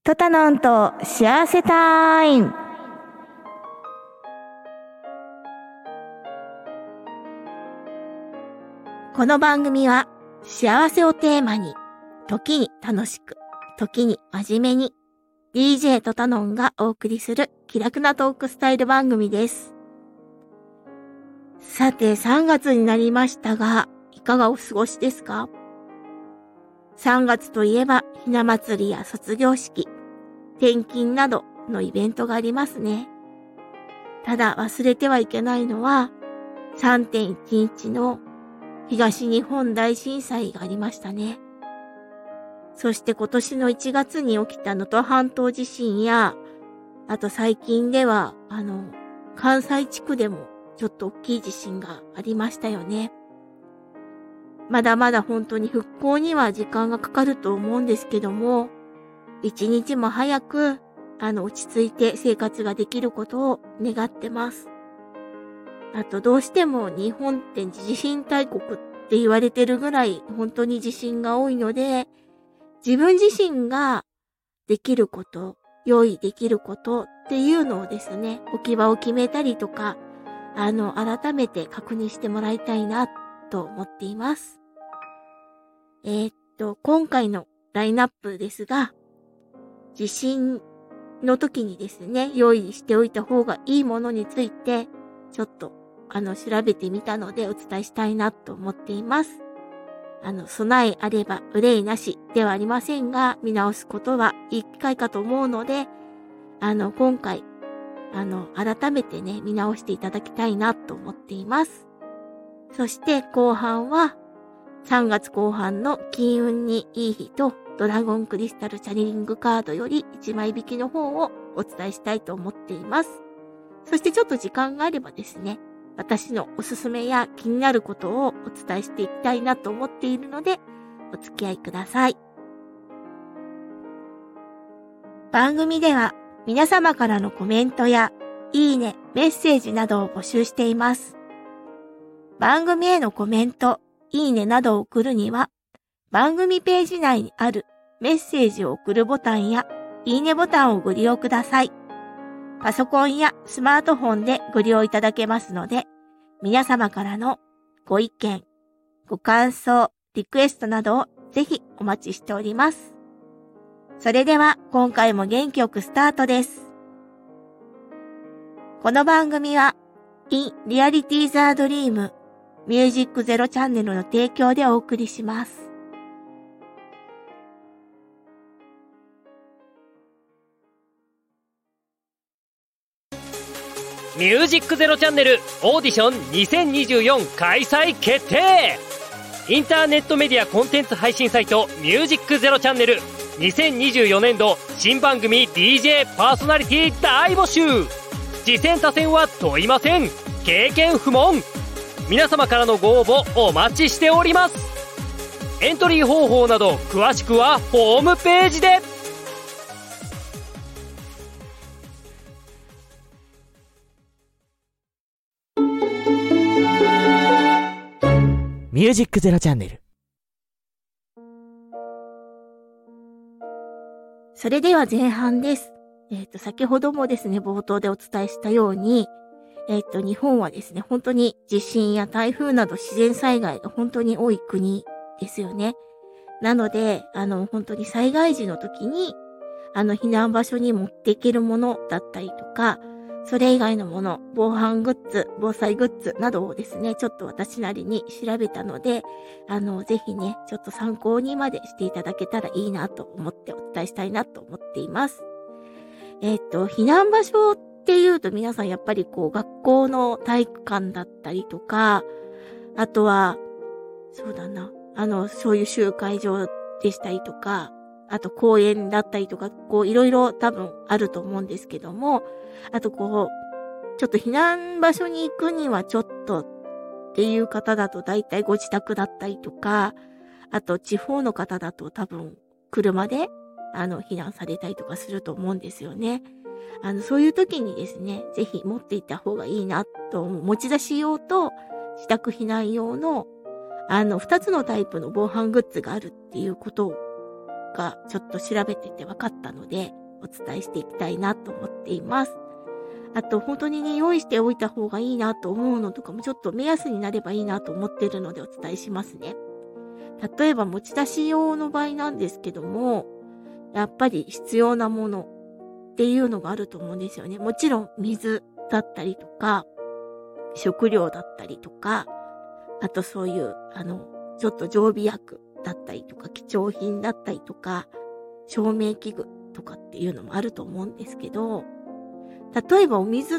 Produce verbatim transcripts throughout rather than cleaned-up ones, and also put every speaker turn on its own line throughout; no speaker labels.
トタノンと幸せタイム。この番組は幸せをテーマに、時に楽しく、時に真面目に ディージェー トタノンがお送りする気楽なトークスタイル番組です。さてさんがつになりましたが、いかがお過ごしですか？さんがつといえばひな祭りや卒業式、転勤などのイベントがありますね。ただ忘れてはいけないのは さんてんいちいち の東日本大震災がありましたね。そして今年のいちがつに起きた能登半島地震や、あと最近ではあの関西地区でもちょっと大きい地震がありましたよね。まだまだ本当に復興には時間がかかると思うんですけども、一日も早くあの落ち着いて生活ができることを願ってます。あとどうしても日本って地震大国って言われてるぐらい本当に地震が多いので、自分自身ができること、用意できることっていうのをですね、置き場を決めたりとか、あの改めて確認してもらいたいなと思っています。えー、っと今回のラインナップですが、地震の時にですね、用意しておいた方がいいものについてちょっとあの調べてみたのでお伝えしたいなと思っています。あの備えあれば憂いなしではありませんが、見直すことはいい機会かと思うので、あの今回あの改めてね見直していただきたいなと思っています。そして後半はさんがつこう半の金運にいい日とドラゴンクリスタルチャネリングカードよりいちまい引きの方をお伝えしたいと思っています。そしてちょっと時間があればですね、私のおすすめや気になることをお伝えしていきたいなと思っているので、お付き合いください。番組では皆様からのコメントやいいね、メッセージなどを募集しています。番組へのコメント、いいねなどを送るには、番組ページ内にあるメッセージを送るボタンやいいねボタンをご利用ください。パソコンやスマートフォンでご利用いただけますので、皆様からのご意見、ご感想、リクエストなどをぜひお待ちしております。それでは今回も元気よくスタートです。この番組は In Reality the Dream ミュージックゼロチャンネルの提供でお送りします。
ミュージックゼロチャンネルオーディションにせんにじゅうよん開催決定。インターネットメディアコンテンツ配信サイトミュージックゼロチャンネルにせんにじゅうよねんど新番組 ディージェー パーソナリティ大募集。次戦他戦は問いません。経験不問。皆様からのご応募お待ちしております。エントリー方法など詳しくはホームページで。
ミュージックゼロチャンネル。
それでは前半です。えっと、先ほどもですね、冒頭でお伝えしたように、えっと、日本はですね、本当に地震や台風など自然災害が本当に多い国ですよね。なので、あの、本当に災害時の時に、あの、避難場所に持っていけるものだったりとか、それ以外のもの、防犯グッズ、防災グッズなどをですね、ちょっと私なりに調べたので、あの、ぜひね、ちょっと参考にまでしていただけたらいいなと思ってお伝えしたいなと思っています。えっと、避難場所っていうと皆さんやっぱりこう、学校の体育館だったりとか、あとは、そうだな、あの、そういう集会場でしたりとか、あと公園だったりとか、こういろいろ多分あると思うんですけども、あとこう、ちょっと避難場所に行くにはちょっとっていう方だと大体ご自宅だったりとか、あと地方の方だと多分車であの避難されたりとかすると思うんですよね。あの、そういう時にですね、ぜひ持っていった方がいいなと思う。持ち出し用と自宅避難用のあの、二つのタイプの防犯グッズがあるっていうことをかちょっと調べてて分かったので、お伝えしていきたいなと思っています。あと、本当にね、用意しておいた方がいいなと思うのとかもちょっと目安になればいいなと思っているのでお伝えしますね。例えば持ち出し用の場合なんですけども、やっぱり必要なものっていうのがあると思うんですよね。もちろん水だったりとか、食料だったりとか、あとそういう、あの、ちょっと常備薬だったりとか、貴重品だったりとか、照明器具とかっていうのもあると思うんですけど、例えばお水って、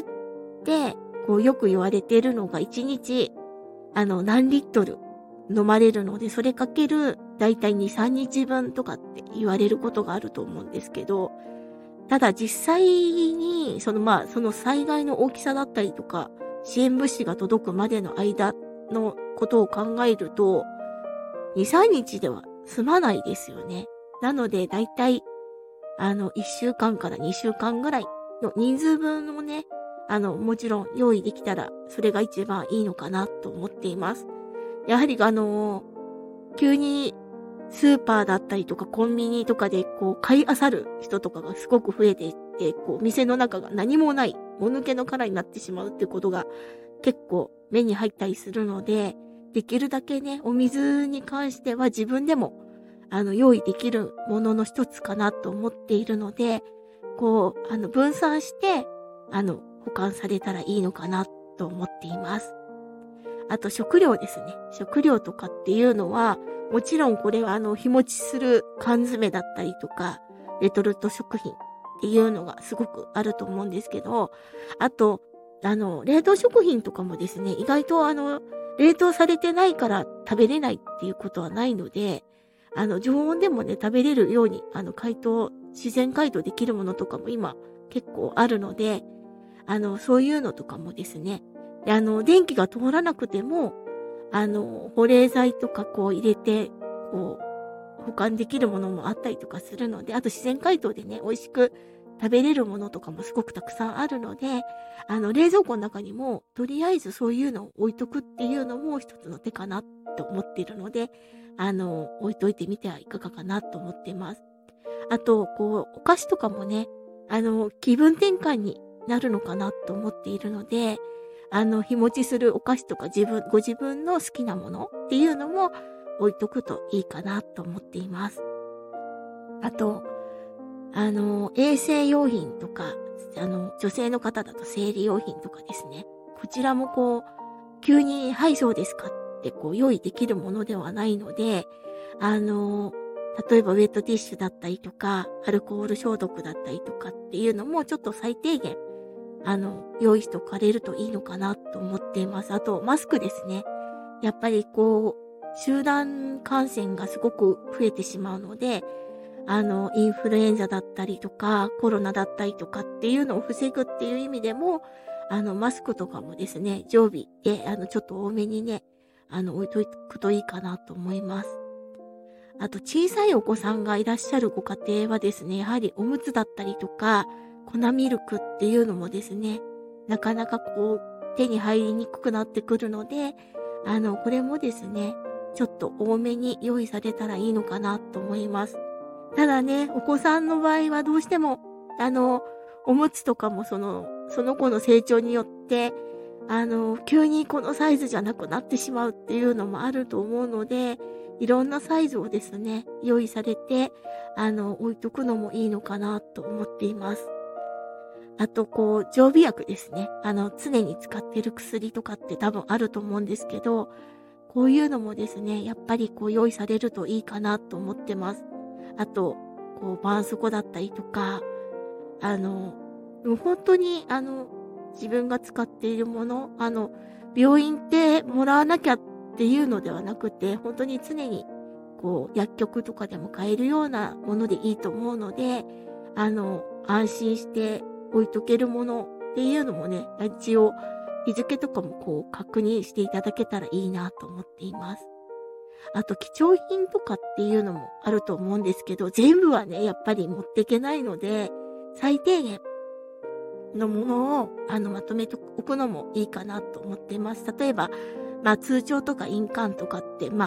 こうよく言われているのがいちにち、あの、何リットル飲まれるので、それかけるだいたいに、さんにちぶんとかって言われることがあると思うんですけど、ただ実際に、そのまあ、その災害の大きさだったりとか、支援物資が届くまでの間のことを考えると、に、さんにちでは済まないですよね。なので、だいたい、あの、いっしゅうかんからにしゅうかんぐらいの人数分をね、あの、もちろん用意できたら、それが一番いいのかなと思っています。やはり、あの、急にスーパーだったりとかコンビニとかでこう買い漁る人とかがすごく増えていって、こう店の中が何もない、もぬけの殻になってしまうってことが結構目に入ったりするので、できるだけね、お水に関しては自分でもあの用意できるものの一つかなと思っているので、こう、あの分散して、あの保管されたらいいのかなと思っています。あと食料ですね。食料とかっていうのは、もちろんこれはあの日持ちする缶詰だったりとか、レトルト食品っていうのがすごくあると思うんですけど、あと、あの、冷凍食品とかもですね、意外とあの、冷凍されてないから食べれないっていうことはないので、あの、常温でもね、食べれるように、あの、解凍、自然解凍できるものとかも今結構あるので、あの、そういうのとかもですね、であの、電気が通らなくても、あの、保冷剤とかこう入れて、こう、保管できるものもあったりとかするので、あと自然解凍でね、美味しく食べれるものとかもすごくたくさんあるので、あの、冷蔵庫の中にも、とりあえずそういうのを置いとくっていうのも一つの手かなと思っているので、あの、置いといてみてはいかがかなと思っています。あと、こう、お菓子とかもね、あの、気分転換になるのかなと思っているので、あの、日持ちするお菓子とか自分、ご自分の好きなものっていうのも置いとくといいかなと思っています。あと、あの、衛生用品とか、あの、女性の方だと生理用品とかですね。こちらもこう、急に、はい、そうですかってこう、用意できるものではないので、あの、例えばウェットティッシュだったりとか、アルコール消毒だったりとかっていうのもちょっと最低限、あの、用意しておかれるといいのかなと思っています。あと、マスクですね。やっぱりこう、集団感染がすごく増えてしまうので、あの、インフルエンザだったりとか、コロナだったりとかっていうのを防ぐっていう意味でも、あの、マスクとかもですね、常備で、あの、ちょっと多めにね、あの、置いとくといいかなと思います。あと、小さいお子さんがいらっしゃるご家庭はですね、やはりおむつだったりとか、粉ミルクっていうのもですね、なかなかこう、手に入りにくくなってくるので、あの、これもですね、ちょっと多めに用意されたらいいのかなと思います。ただね、お子さんの場合はどうしても、あの、おむつとかもその、その子の成長によって、あの、急にこのサイズじゃなくなってしまうっていうのもあると思うので、いろんなサイズをですね、用意されて、あの、置いとくのもいいのかなと思っています。あと、こう、常備薬ですね。あの、常に使っている薬とかって多分あると思うんですけど、こういうのもですね、やっぱりこう用意されるといいかなと思ってます。あと、こう、絆創膏だったりとか、あの、本当に、あの、自分が使っているもの、あの、病院ってもらわなきゃっていうのではなくて、本当に常に、こう、薬局とかでも買えるようなものでいいと思うので、あの、安心して置いとけるものっていうのもね、一応、日付とかもこう、確認していただけたらいいなと思っています。あと、貴重品とかっていうのもあると思うんですけど、全部はね、やっぱり持っていけないので、最低限のものを、あの、まとめておくのもいいかなと思っています。例えば、まあ、通帳とか印鑑とかって、ま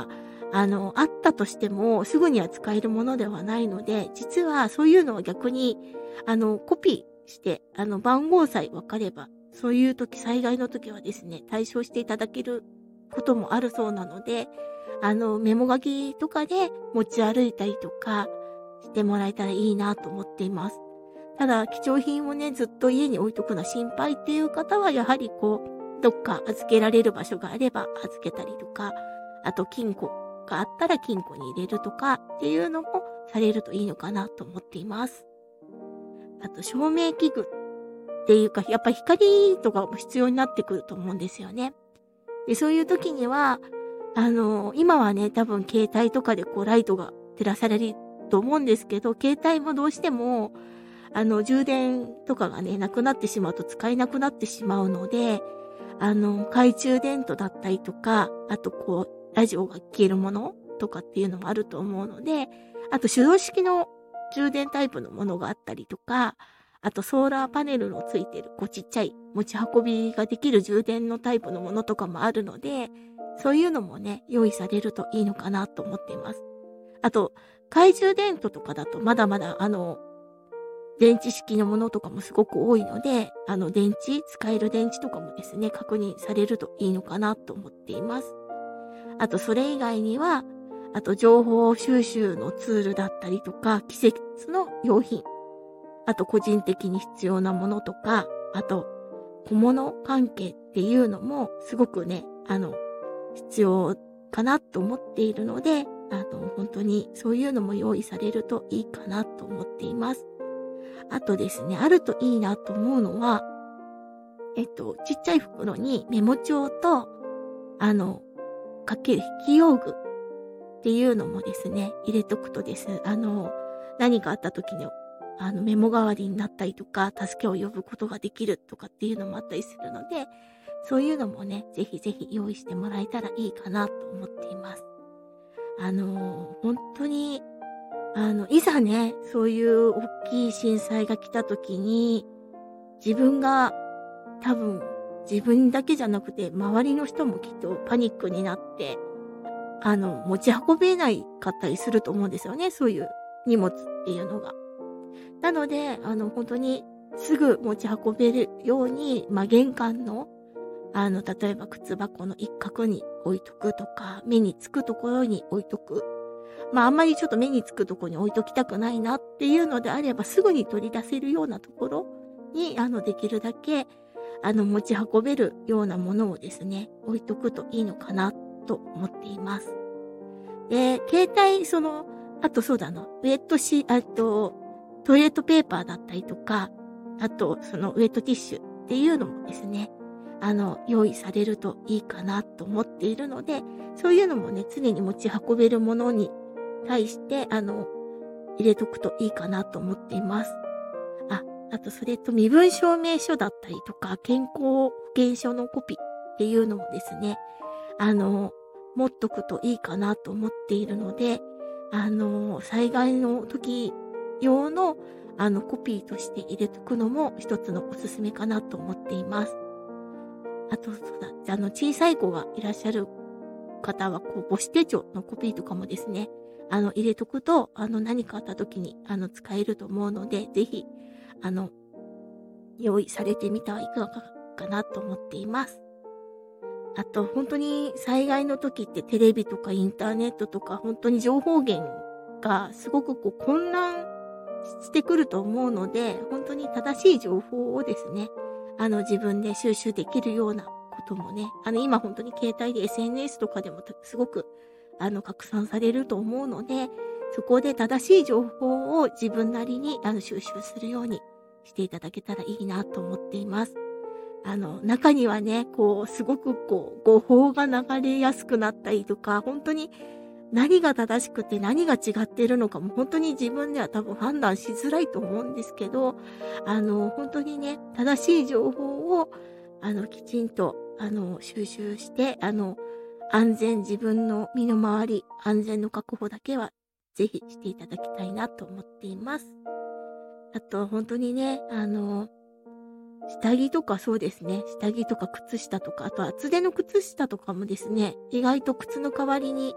あの、あったとしてもすぐには使えるものではないので、実はそういうのは逆に、あの、コピーして、あの、番号さえ分かれば、そういう時、災害の時はですね、対処していただけることもあるそうなので、あの、メモ書きとかで持ち歩いたりとかしてもらえたらいいなと思っています。ただ、貴重品をね、ずっと家に置いとくのは心配っていう方は、やはりこう、どっか預けられる場所があれば預けたりとか、あと金庫があったら金庫に入れるとかっていうのもされるといいのかなと思っています。あと、照明器具っていうか、やっぱ光とかも必要になってくると思うんですよね。で、そういう時には、あの、今はね、多分携帯とかでこうライトが照らされると思うんですけど、携帯もどうしても、あの、充電とかがね、なくなってしまうと使えなくなってしまうので、あの、懐中電灯だったりとか、あとこう、ラジオが消えるものとかっていうのもあると思うので、あと手動式の充電タイプのものがあったりとか、あとソーラーパネルのついてる、こうちっちゃい持ち運びができる充電のタイプのものとかもあるので、そういうのもね、用意されるといいのかなと思っています。あと、懐中電灯とかだとまだまだあの、電池式のものとかもすごく多いので、あの電池、使える電池とかもですね、確認されるといいのかなと思っています。あとそれ以外には、あと情報収集のツールだったりとか、季節の用品、あと個人的に必要なものとか、あと小物関係っていうのもすごくね、あの、必要かなと思っているので、あの、本当にそういうのも用意されるといいかなと思っています。あとですね、あるといいなと思うのは、えっと、ちっちゃい袋にメモ帳と、あの、かける筆記用具っていうのもですね、入れとくとですね、あの、何かあった時に、あの、メモ代わりになったりとか、助けを呼ぶことができるとかっていうのもあったりするので、そういうのもね、ぜひぜひ用意してもらえたらいいかなと思っています。あの、本当に、あの、いざね、そういう大きい震災が来た時に、自分が多分自分だけじゃなくて周りの人もきっとパニックになって、あの、持ち運べないかったりすると思うんですよね、そういう荷物っていうのが。なので、あの、本当にすぐ持ち運べるように、まあ、玄関の、あの、例えば靴箱の一角に置いとくとか、目につくところに置いとく。まあ、あんまりちょっと目につくところに置いときたくないなっていうのであれば、すぐに取り出せるようなところに、あの、できるだけ、あの、持ち運べるようなものをですね、置いとくといいのかなと思っています。で、携帯、その、あとそうだな、ウェットシー、あと、トイレットペーパーだったりとか、あと、そのウェットティッシュっていうのもですね、あの、用意されるといいかなと思っているので、そういうのもね、常に持ち運べるものに対して、あの、入れとくといいかなと思っています。あ、あとそれと身分証明書だったりとか、健康保険証のコピーっていうのもですね、あの、持っとくといいかなと思っているので、あの、災害の時用の、あの、コピーとして入れとくのも一つのおすすめかなと思っています。あと、そうだ、あの、小さい子がいらっしゃる方は、こう、母子手帳のコピーとかもですね、あの、入れとくと、あの、何かあった時に、あの、使えると思うので、ぜひ、あの、用意されてみてはいかがかなと思っています。あと、本当に災害の時ってテレビとかインターネットとか、本当に情報源がすごくこう混乱してくると思うので、本当に正しい情報をですね、あの、自分で収集できるようなこともね、あの、今本当に携帯で エスエヌエス とかでもすごく、あの、拡散されると思うので、そこで正しい情報を自分なりに、あの、収集するようにしていただけたらいいなと思っています。あの、中にはね、こう、すごくこう、誤報が流れやすくなったりとか、本当に何が正しくて何が違っているのかも本当に自分では多分判断しづらいと思うんですけど、あの、本当にね、正しい情報を、あの、きちんと、あの、収集して、あの、安全、自分の身の回り、安全の確保だけは、ぜひしていただきたいなと思っています。あと、本当にね、あの、下着とかそうですね。下着とか靴下とか、あと厚手の靴下とかもですね、意外と靴の代わりに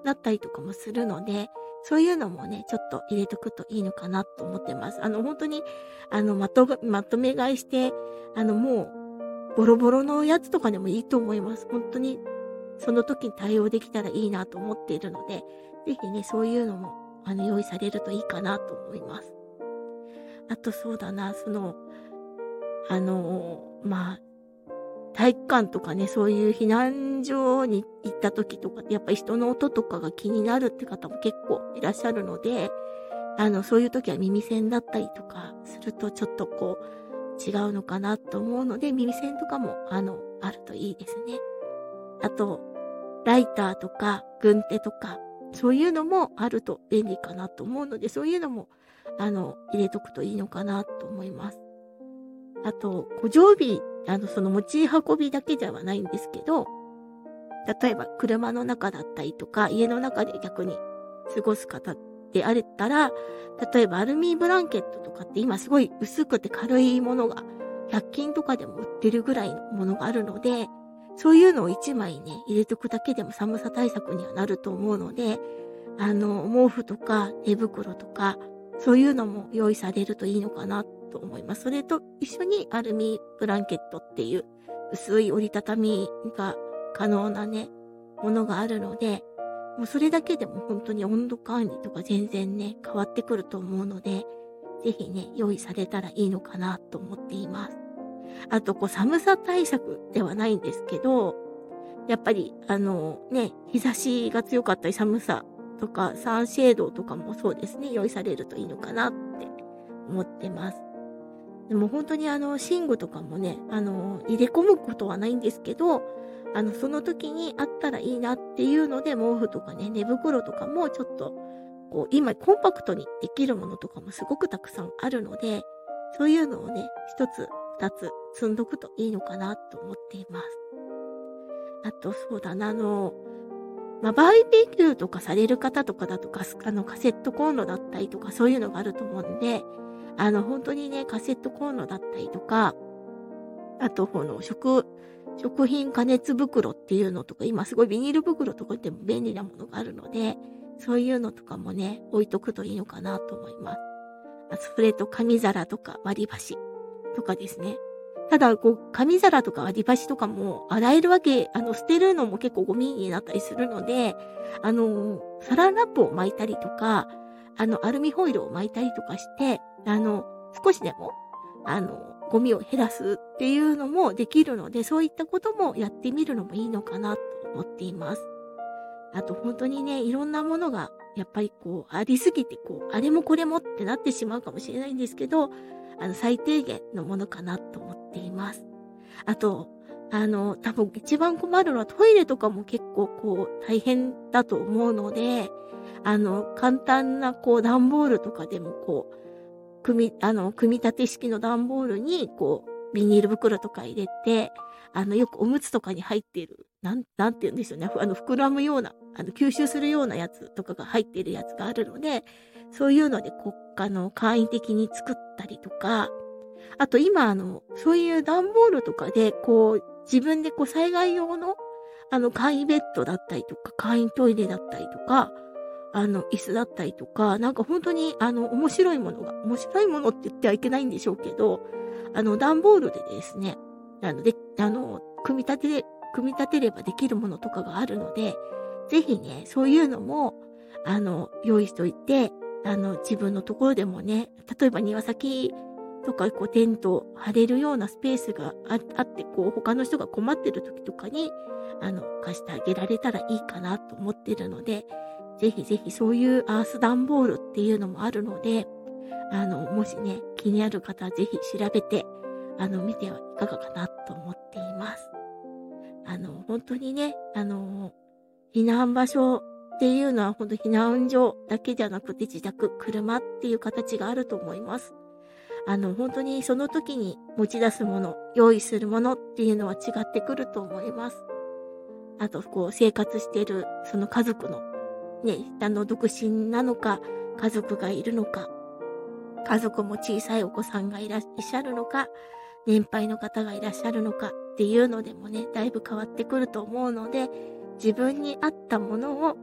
だったりとかもするので、そういうのもね、ちょっと入れとくといいのかなと思ってます。あの、本当に、あの、まと、まとめ買いして、あの、もう、ボロボロのやつとかでもいいと思います。本当に、その時に対応できたらいいなと思っているので、ぜひね、そういうのも、あの、用意されるといいかなと思います。あと、そうだな、その、あの、まあ、体育館とかね、そういう避難所に行った時とかって、やっぱり人の音とかが気になるって方も結構いらっしゃるので、あの、そういう時は耳栓だったりとかするとちょっとこう、違うのかなと思うので、耳栓とかも、あの、あるといいですね。あと、ライターとか、軍手とか、そういうのもあると便利かなと思うので、そういうのも、あの、入れとくといいのかなと思います。あと、ご常備、あの、その持ち運びだけではないんですけど、例えば車の中だったりとか、家の中で逆に過ごす方であれたら、例えばアルミブランケットとかって今すごい薄くて軽いものが、ひゃく均とかでも売ってるぐらいのものがあるので、そういうのをいちまいね、入れとくだけでも寒さ対策にはなると思うので、あの、毛布とか寝袋とか、そういうのも用意されるといいのかなと思います。それと一緒にアルミブランケットっていう薄い折りたたみが可能なね、ものがあるので、もうそれだけでも本当に温度管理とか全然ね、変わってくると思うので、ぜひね、用意されたらいいのかなと思っています。あと、こう寒さ対策ではないんですけど、やっぱりあのね、日差しが強かったり寒さとかサンシェードとかもそうですね、用意されるといいのかなって思ってます。でも本当にあの寝具とかもね、あの入れ込むことはないんですけど、あのその時にあったらいいなっていうので、毛布とかね、寝袋とかもちょっとこう今コンパクトにできるものとかもすごくたくさんあるので、そういうのをね、一つ二つ積んどくといいのかなと思っています。あとそうだな、あのまあ、バーベキューとかされる方とかだとか、あのカセットコンロだったりとかそういうのがあると思うんで、あの本当にね、カセットコンロだったりとか、あとこの食、食品加熱袋っていうのとか、今すごいビニール袋とかでも便利なものがあるので、そういうのとかもね、置いとくといいのかなと思います。それと紙皿とか割り箸とかですね。ただ、こう、紙皿とか割り箸とかも洗えるわけ、あの、捨てるのも結構ゴミになったりするので、あの、サランラップを巻いたりとか、あの、アルミホイルを巻いたりとかして、あの、少しでも、あの、ゴミを減らすっていうのもできるので、そういったこともやってみるのもいいのかなと思っています。あと、本当にね、いろんなものが、やっぱりこう、ありすぎて、こう、あれもこれもってなってしまうかもしれないんですけど、あの、最低限のものかなと思っています。あと、あの、多分一番困るのはトイレとかも結構こう大変だと思うので、あの、簡単なこう段ボールとかでもこう、組み、あの、組み立て式の段ボールにこう、ビニール袋とか入れて、あの、よくおむつとかに入っている、なん、なんて言うんでしょうね。あの、膨らむような、あの、吸収するようなやつとかが入っているやつがあるので、そういうので国家の簡易的に作ったりとか、あと今あの、そういう段ボールとかで、こう、自分でこう災害用の、あの、簡易ベッドだったりとか、簡易トイレだったりとか、あの、椅子だったりとか、なんか本当にあの、面白いものが、面白いものって言ってはいけないんでしょうけど、あの、段ボールでですね、あの、で、あの、組み立てで、組み立てればできるものとかがあるので、ぜひね、そういうのも、あの、用意しといて、あの、自分のところでもね、例えば庭先とか、こう、テントを張れるようなスペースが あ, あって、こう、他の人が困ってる時とかに、あの、貸してあげられたらいいかなと思ってるので、ぜひぜひそういうアース段ボールっていうのもあるので、あの、もしね、気になる方はぜひ調べて、あの、見てはいかがかなと思っています。あの、本当にね、あの、避難場所っていうのは本当避難所だけじゃなくて自宅、車っていう形があると思います。あの、本当にその時に持ち出すもの、用意するものっていうのは違ってくると思います。あと、こう、生活しているその家族の、ね、あの、独身なのか、家族がいるのか、家族も小さいお子さんがいらっしゃるのか、年配の方がいらっしゃるのかっていうのでもね、だいぶ変わってくると思うので、自分に合ったものを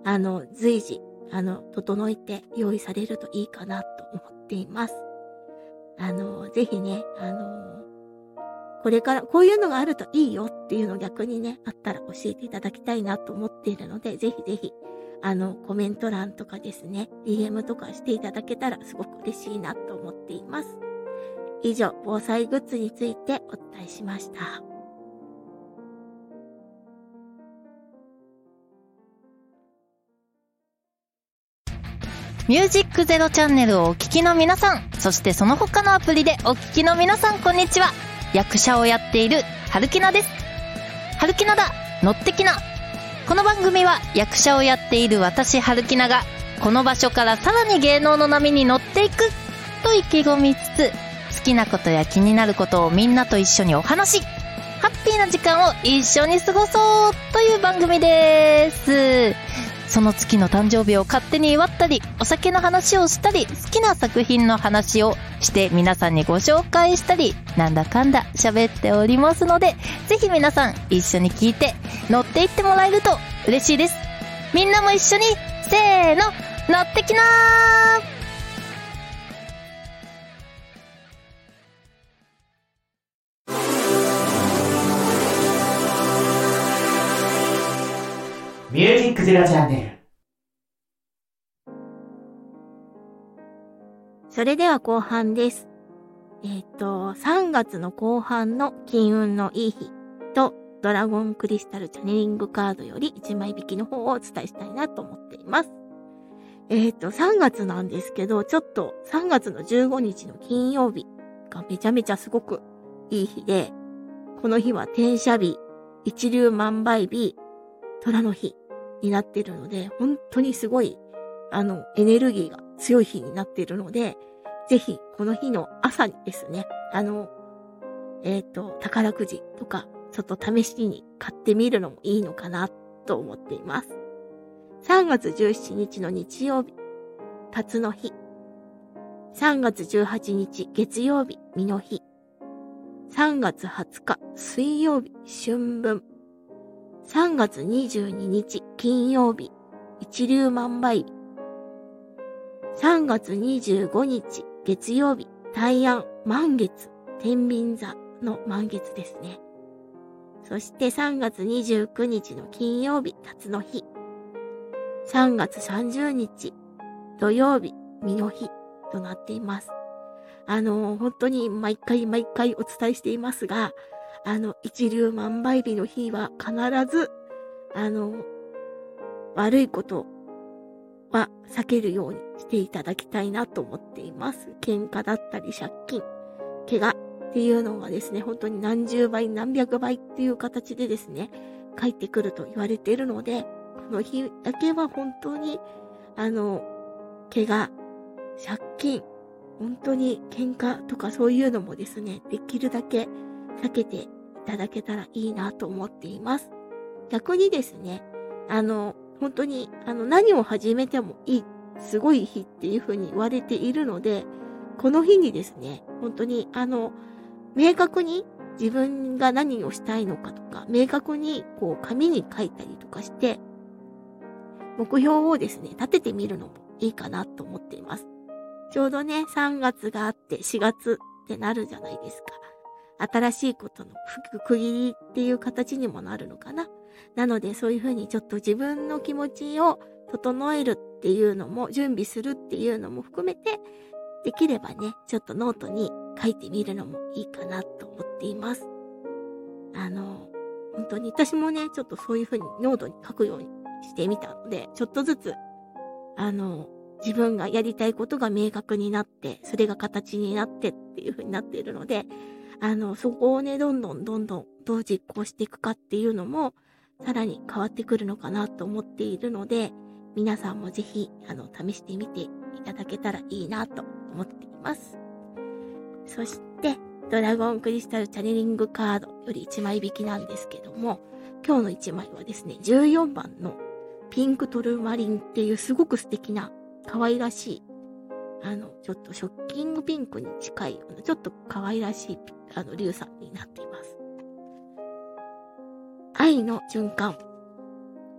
あの、随時、あの、整えて用意されるといいかなと思っています。あの、ぜひね、あの、これからこういうのがあるといいよっていうのを逆にね、あったら教えていただきたいなと思っているので、ぜひぜひ、あの、コメント欄とかですね、ディーエム とかしていただけたらすごく嬉しいなと思っています。以上、防災グッズについてお伝えしました。
ミュージックゼロチャンネルをお聞きの皆さん、そしてその他のアプリでお聞きの皆さん、こんにちは。役者をやっているはるきなです。はるきなだ、のってきな。この番組は役者をやっている私はるきなが、この場所からさらに芸能の波に乗っていくと意気込みつつ、好きなことや気になることをみんなと一緒にお話し、ハッピーな時間を一緒に過ごそうという番組です。その月の誕生日を勝手に祝ったり、お酒の話をしたり、好きな作品の話をして皆さんにご紹介したり、なんだかんだ喋っておりますので、ぜひ皆さん一緒に聞いて乗っていってもらえると嬉しいです。みんなも一緒にせーの、乗ってきな
ー。ミュージックゼロチャンネル。
それでは後半です。えっと、さんがつの後半の金運のいい日とドラゴンクリスタルチャネリングカードよりいちまい引きの方をお伝えしたいなと思っています。えっと、さんがつなんですけど、ちょっとさんがつのじゅうごにちの金曜日がめちゃめちゃすごくいい日で、この日は転写日、一粒万倍日、虎の日になっているので、本当にすごい、あの、エネルギーが強い日になっているので、ぜひ、この日の朝にですね、あの、えっと、宝くじとか、ちょっと試しに買ってみるのもいいのかなと思っています。さんがつじゅうしちにちの日曜日、辰の日。さんがつじゅうはちにち月曜日、巳の日。さんがつはつか水曜日、春分。さんがつにじゅうににち金曜日、一粒万倍日。さんがつにじゅうごにち月曜日、大安、満月、天秤座の満月ですね。そしてさんがつにじゅうくにちの金曜日、辰の日。さんがつさんじゅうにち土曜日、巳の日となっています。あの、本当に毎回毎回お伝えしていますが、あの、一粒万倍日の日は必ず、あの、悪いことは避けるようにしていただきたいなと思っています。喧嘩だったり借金、怪我っていうのがですね、本当に何十倍何百倍っていう形でですね、返ってくると言われているので、この日だけは本当に、あの、怪我、借金、本当に喧嘩とかそういうのもですね、できるだけ避けていただけたらいいなと思っています。逆にですね、あの、本当に、あの、何を始めてもいい、すごい日っていう風に言われているので、この日にですね、本当に、あの、明確に自分が何をしたいのかとか、明確に、こう、紙に書いたりとかして、目標をですね、立ててみるのもいいかなと思っています。ちょうどね、さんがつがあってしがつってなるじゃないですか。新しいことの区切りっていう形にもなるのかな。なのでそういうふうにちょっと自分の気持ちを整えるっていうのも、準備するっていうのも含めて、できればね、ちょっとノートに書いてみるのもいいかなと思っています。あの、本当に私もね、ちょっとそういうふうにノートに書くようにしてみたので、ちょっとずつ、あの、自分がやりたいことが明確になって、それが形になってっていうふうになっているので、あの、そこをね、どんどんどんどんどう実行していくかっていうのも、さらに変わってくるのかなと思っているので、皆さんもぜひ、あの、試してみていただけたらいいなと思っています。そして、ドラゴンクリスタルチャネリングカードよりいちまい引きなんですけども、今日のいちまいはですね、じゅうよんばんのピンクトルマリンっていうすごく素敵な可愛らしい、あの、ちょっとショッキングピンクに近いような、ちょっと可愛らしい、あの、硫酸になっています。愛の循環。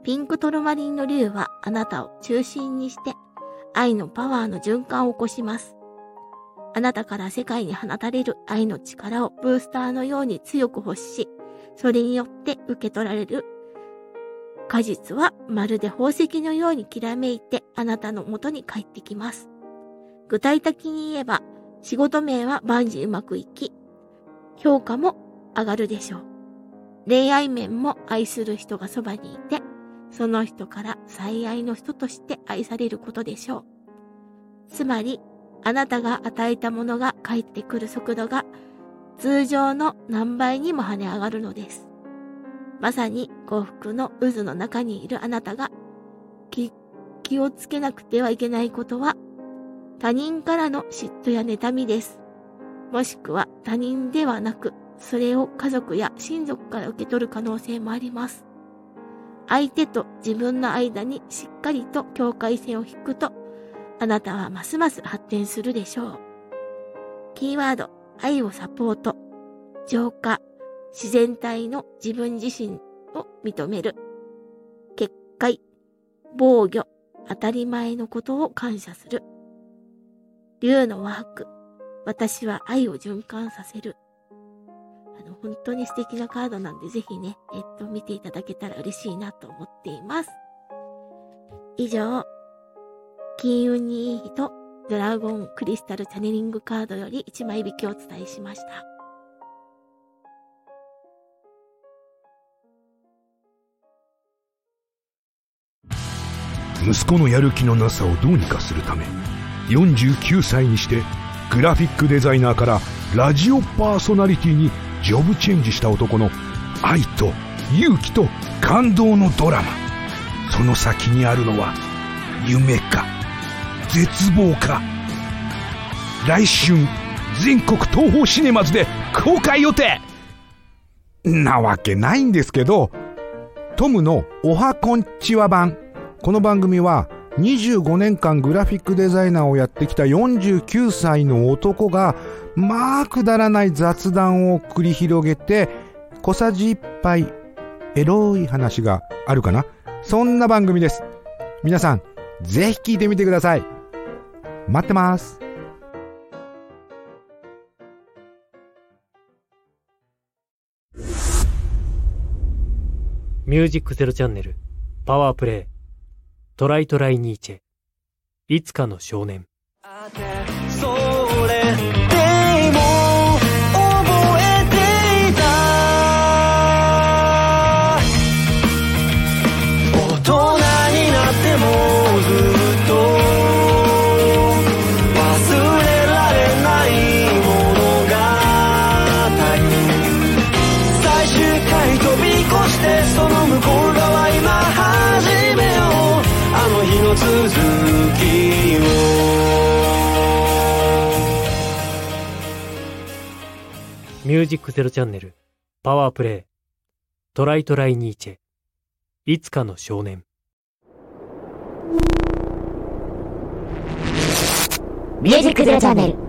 ピンクトルマリンの竜はあなたを中心にして愛のパワーの循環を起こします。あなたから世界に放たれる愛の力をブースターのように強く欲し、それによって受け取られる果実はまるで宝石のようにきらめいてあなたの元に帰ってきます。具体的に言えば、仕事面は万事うまくいき、評価も上がるでしょう。恋愛面も愛する人がそばにいて、その人から最愛の人として愛されることでしょう。つまり、あなたが与えたものが返ってくる速度が通常の何倍にも跳ね上がるのです。まさに幸福の渦の中にいるあなたが気、気をつけなくてはいけないことは、他人からの嫉妬や妬みです。もしくは他人ではなく、それを家族や親族から受け取る可能性もあります。相手と自分の間にしっかりと境界線を引くと、あなたはますます発展するでしょう。キーワード、愛をサポート、浄化、自然体の自分自身を認める、結界、防御、当たり前のことを感謝する。竜のワーク、私は愛を循環させる。あの、本当に素敵なカードなんで、ぜひね、えっと、見ていただけたら嬉しいなと思っています。以上、金運にいい人、ドラゴンクリスタルチャネリングカードよりいちまい引きをお伝えしました。
息子のやる気のなさをどうにかするため、よんじゅうきゅうさいにしてグラフィックデザイナーからラジオパーソナリティにジョブチェンジした男の愛と勇気と感動のドラマ。その先にあるのは夢か絶望か。来春全国東宝シネマズで公開予定なわけないんですけど、トムのおはこんちは版。この番組はにじゅうごねんかんグラフィックデザイナーをやってきたよんじゅうきゅうさいの男がまあくだらない雑談を繰り広げて小さじいっぱいエロい話があるかな、そんな番組です。皆さんぜひ聞いてみてください。待ってます。
ミュージックゼロチャンネルパワープレイトライトライニーチェいつかの少年。
それでも覚えていた、大人になってもずっと忘れられない物語、最終回飛び越してその向こう側今始めよう、あの日の続きを。
ミュージックゼロチャンネルパワープレイトライトライニーチェいつかの少年。
ミュージックゼロチャンネル。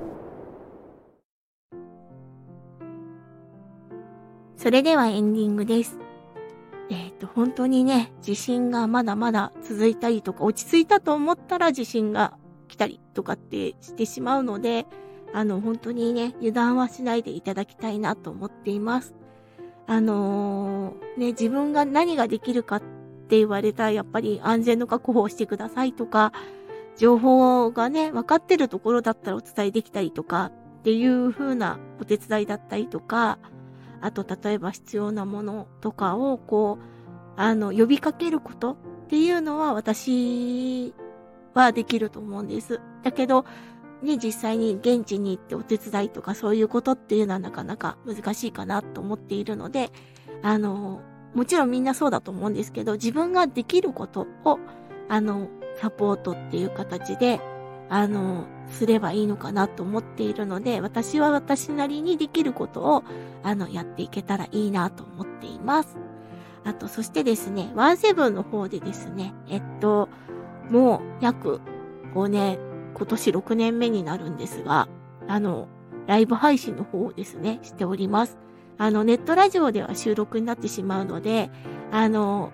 それではエンディングです。えっと、本当にね、地震がまだまだ続いたりとか、落ち着いたと思ったら地震が来たりとかってしてしまうので、あの、本当にね、油断はしないでいただきたいなと思っています。あのー、ね、自分が何ができるかって言われたら、やっぱり安全の確保をしてくださいとか、情報がね、分かってるところだったらお伝えできたりとかっていう風なお手伝いだったりとか、あと、例えば必要なものとかを、こう、あの、呼びかけることっていうのは私はできると思うんです。だけど、ね、実際に現地に行ってお手伝いとかそういうことっていうのはなかなか難しいかなと思っているので、あの、もちろんみんなそうだと思うんですけど、自分ができることを、あの、サポートっていう形で、あの、すればいいのかなと思っているので、私は私なりにできることを、あの、やっていけたらいいなと思っています。あと、そしてですね、ワンセブンの方でですね、えっと、もう約ごねん、今年ろくねんめになるんですが、あの、ライブ配信の方をですね、しております。あの、ネットラジオでは収録になってしまうので、あの、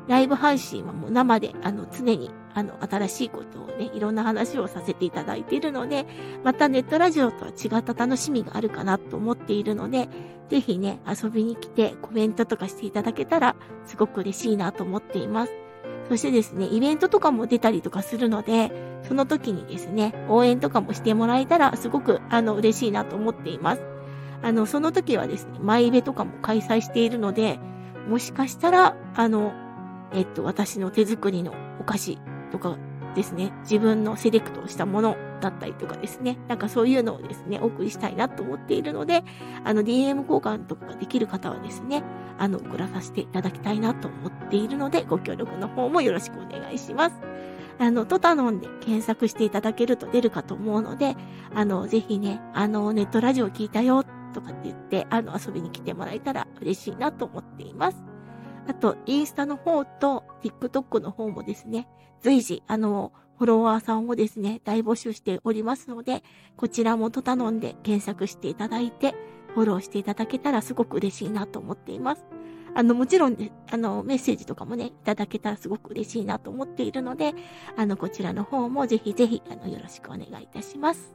ライブ配信はもう生で、あの、常に、あの、新しいことをね、いろんな話をさせていただいているので、またネットラジオとは違った楽しみがあるかなと思っているので、ぜひね、遊びに来てコメントとかしていただけたら、すごく嬉しいなと思っています。そしてですね、イベントとかも出たりとかするので、その時にですね、応援とかもしてもらえたら、すごく、あの、嬉しいなと思っています。あの、その時はですね、マイイベとかも開催しているので、もしかしたら、あの、えっと、私の手作りのお菓子とかですね、自分のセレクトしたものだったりとかですね、なんかそういうのをですね、お送りしたいなと思っているので、あの、ディーエム 交換とかができる方はですね、あの、送らさせていただきたいなと思っているので、ご協力の方もよろしくお願いします。あの、トタノンで検索していただけると出るかと思うので、あの、ぜひね、あの、ネットラジオ聞いたよとかって言って、あの、遊びに来てもらえたら嬉しいなと思っています。あと、インスタの方と TikTok の方もですね、随時、あの、フォロワーさんをですね、大募集しておりますので、こちらもトタノンで検索していただいて、フォローしていただけたらすごく嬉しいなと思っています。あの、もちろんで、あの、メッセージとかもね、いただけたらすごく嬉しいなと思っているので、あの、こちらの方もぜひぜひ、あの、よろしくお願いいたします。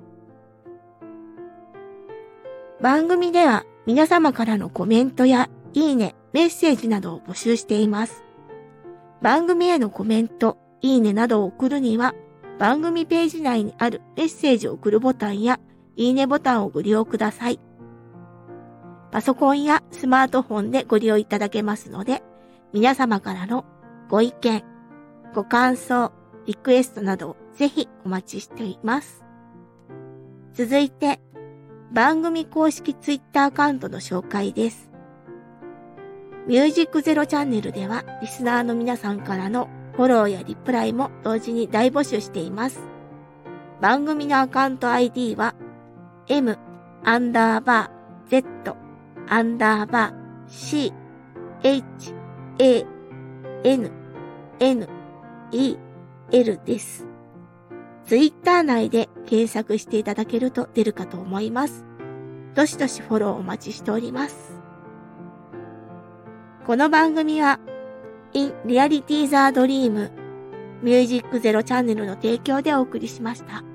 番組では皆様からのコメントやいいね、メッセージなどを募集しています。番組へのコメント、いいねなどを送るには、番組ページ内にあるメッセージを送るボタンや、いいねボタンをご利用ください。パソコンやスマートフォンでご利用いただけますので、皆様からのご意見、ご感想、リクエストなどをぜひお待ちしています。続いて、番組公式ツイッターアカウントの紹介です。ミュージックゼロチャンネルでは、リスナーの皆さんからのフォローやリプライも同時に大募集しています。番組のアカウント アイディー は、m アンダーバー z アンダーバー c h a n n e l です。ツイッター内で検索していただけると出るかと思います。どしどしフォローお待ちしております。この番組は、In Reality the Dream ミュージックゼロチャンネルの提供でお送りしました。